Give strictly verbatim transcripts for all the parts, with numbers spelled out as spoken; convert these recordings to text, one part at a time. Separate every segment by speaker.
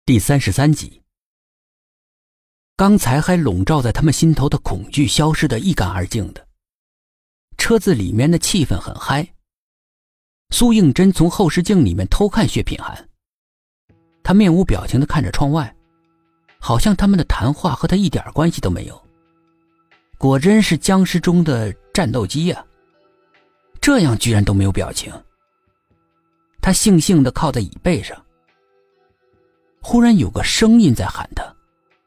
Speaker 1: 第三十三集。刚才还笼罩在他们心头的恐惧消失得一干二净的。车子里面的气氛很嗨。苏应真从后视镜里面偷看薛品涵，他面无表情地看着窗外，好像他们的谈话和他一点关系都没有。果真是僵尸中的战斗机啊，这样居然都没有表情。他悻悻地靠在椅背上，忽然有个声音在喊他：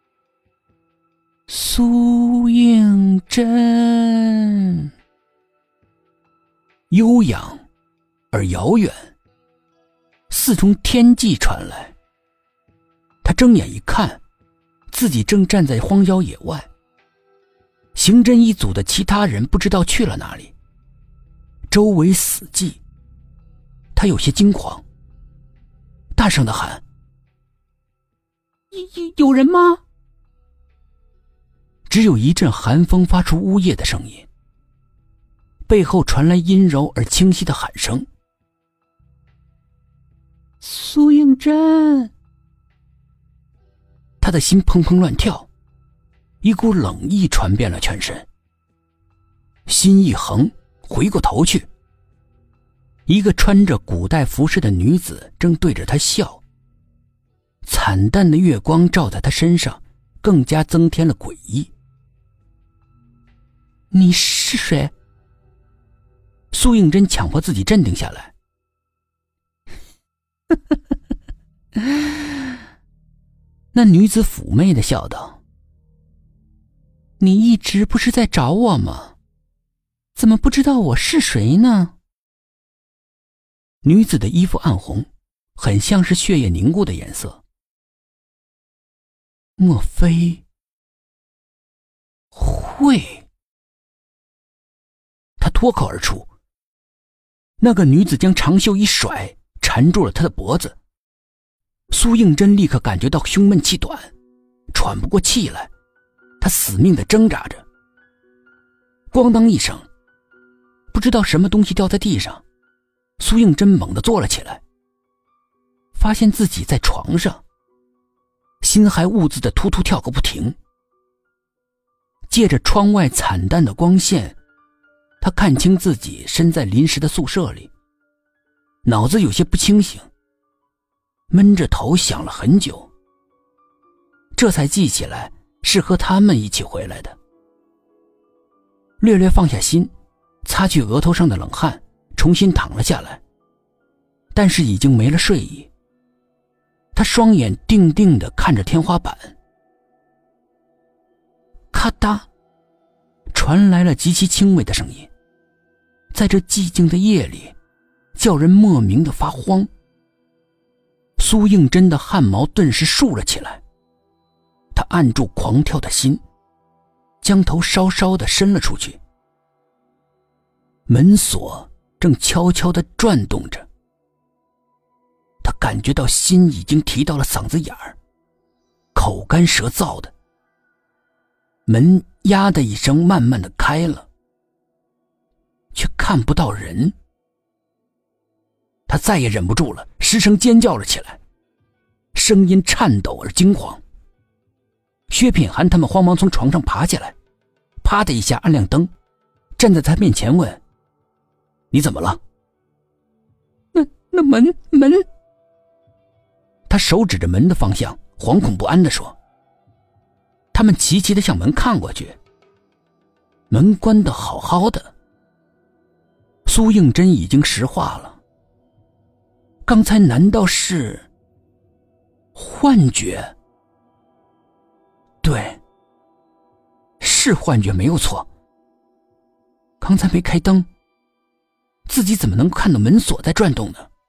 Speaker 1: 苏应真。悠扬而遥远，似从天际传来。他睁眼一看，自己正站在荒郊野外，刑侦一组的其他人不知道去了哪里，周围死寂。他有些惊慌，大声地喊：有有人吗？只有一阵寒风发出呜咽的声音，背后传来阴柔而清晰的喊声：苏应真。他的心砰砰乱跳，一股冷意传遍了全身。心一横，回过头去，一个穿着古代服饰的女子正对着他笑，惨淡的月光照在他身上，更加增添了诡异。你是谁？苏应真强迫自己镇定下来。那女子妩媚地笑道：你一直不是在找我吗？怎么不知道我是谁呢？女子的衣服暗红，很像是血液凝固的颜色。莫非会？他脱口而出。那个女子将长袖一甩，缠住了他的脖子。苏应真立刻感觉到胸闷气短，喘不过气来，他死命地挣扎着。咣当一声，不知道什么东西掉在地上，苏应真猛地坐了起来，发现自己在床上，心还兀自地突突跳个不停。借着窗外惨淡的光线，他看清自己身在临时的宿舍里，脑子有些不清醒，闷着头想了很久，这才记起来是和他们一起回来的。略略放下心，擦去额头上的冷汗，重新躺了下来，但是已经没了睡意。他双眼定定地看着天花板。咔嗒，传来了极其轻微的声音，在这寂静的夜里叫人莫名的发慌。苏应真的汗毛顿时竖了起来，他按住狂跳的心，将头稍稍地伸了出去。门锁正悄悄地转动着，他感觉到心已经提到了嗓子眼儿，口干舌燥的。门呀的一声慢慢地开了，却看不到人。他再也忍不住了，失声尖叫了起来，声音颤抖而惊慌。薛品涵他们慌忙从床上爬起来，啪的一下按亮灯，站在他面前问：你怎么了？那那门门。他手指着门的方向，惶恐不安地说。他们齐齐地向门看过去，门关得好好的。苏应真已经石化了，刚才难道是幻觉？对，是幻觉没有错。刚才没开灯，自己怎么能看到门锁在转动呢？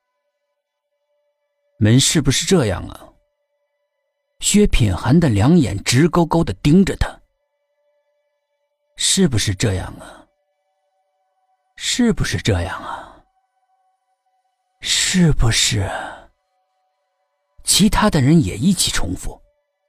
Speaker 1: 门是不是这样啊？薛品涵的两眼直勾勾地盯着他。是不是这样啊？是不是这样啊？是不是？其他的人也一起重复。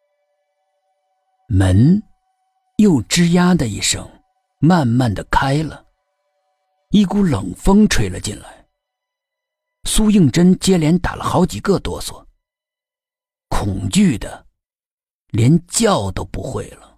Speaker 1: 门又吱呀的一声慢慢地开了，一股冷风吹了进来。苏应真接连打了好几个哆嗦， 恐惧的连叫都不会了。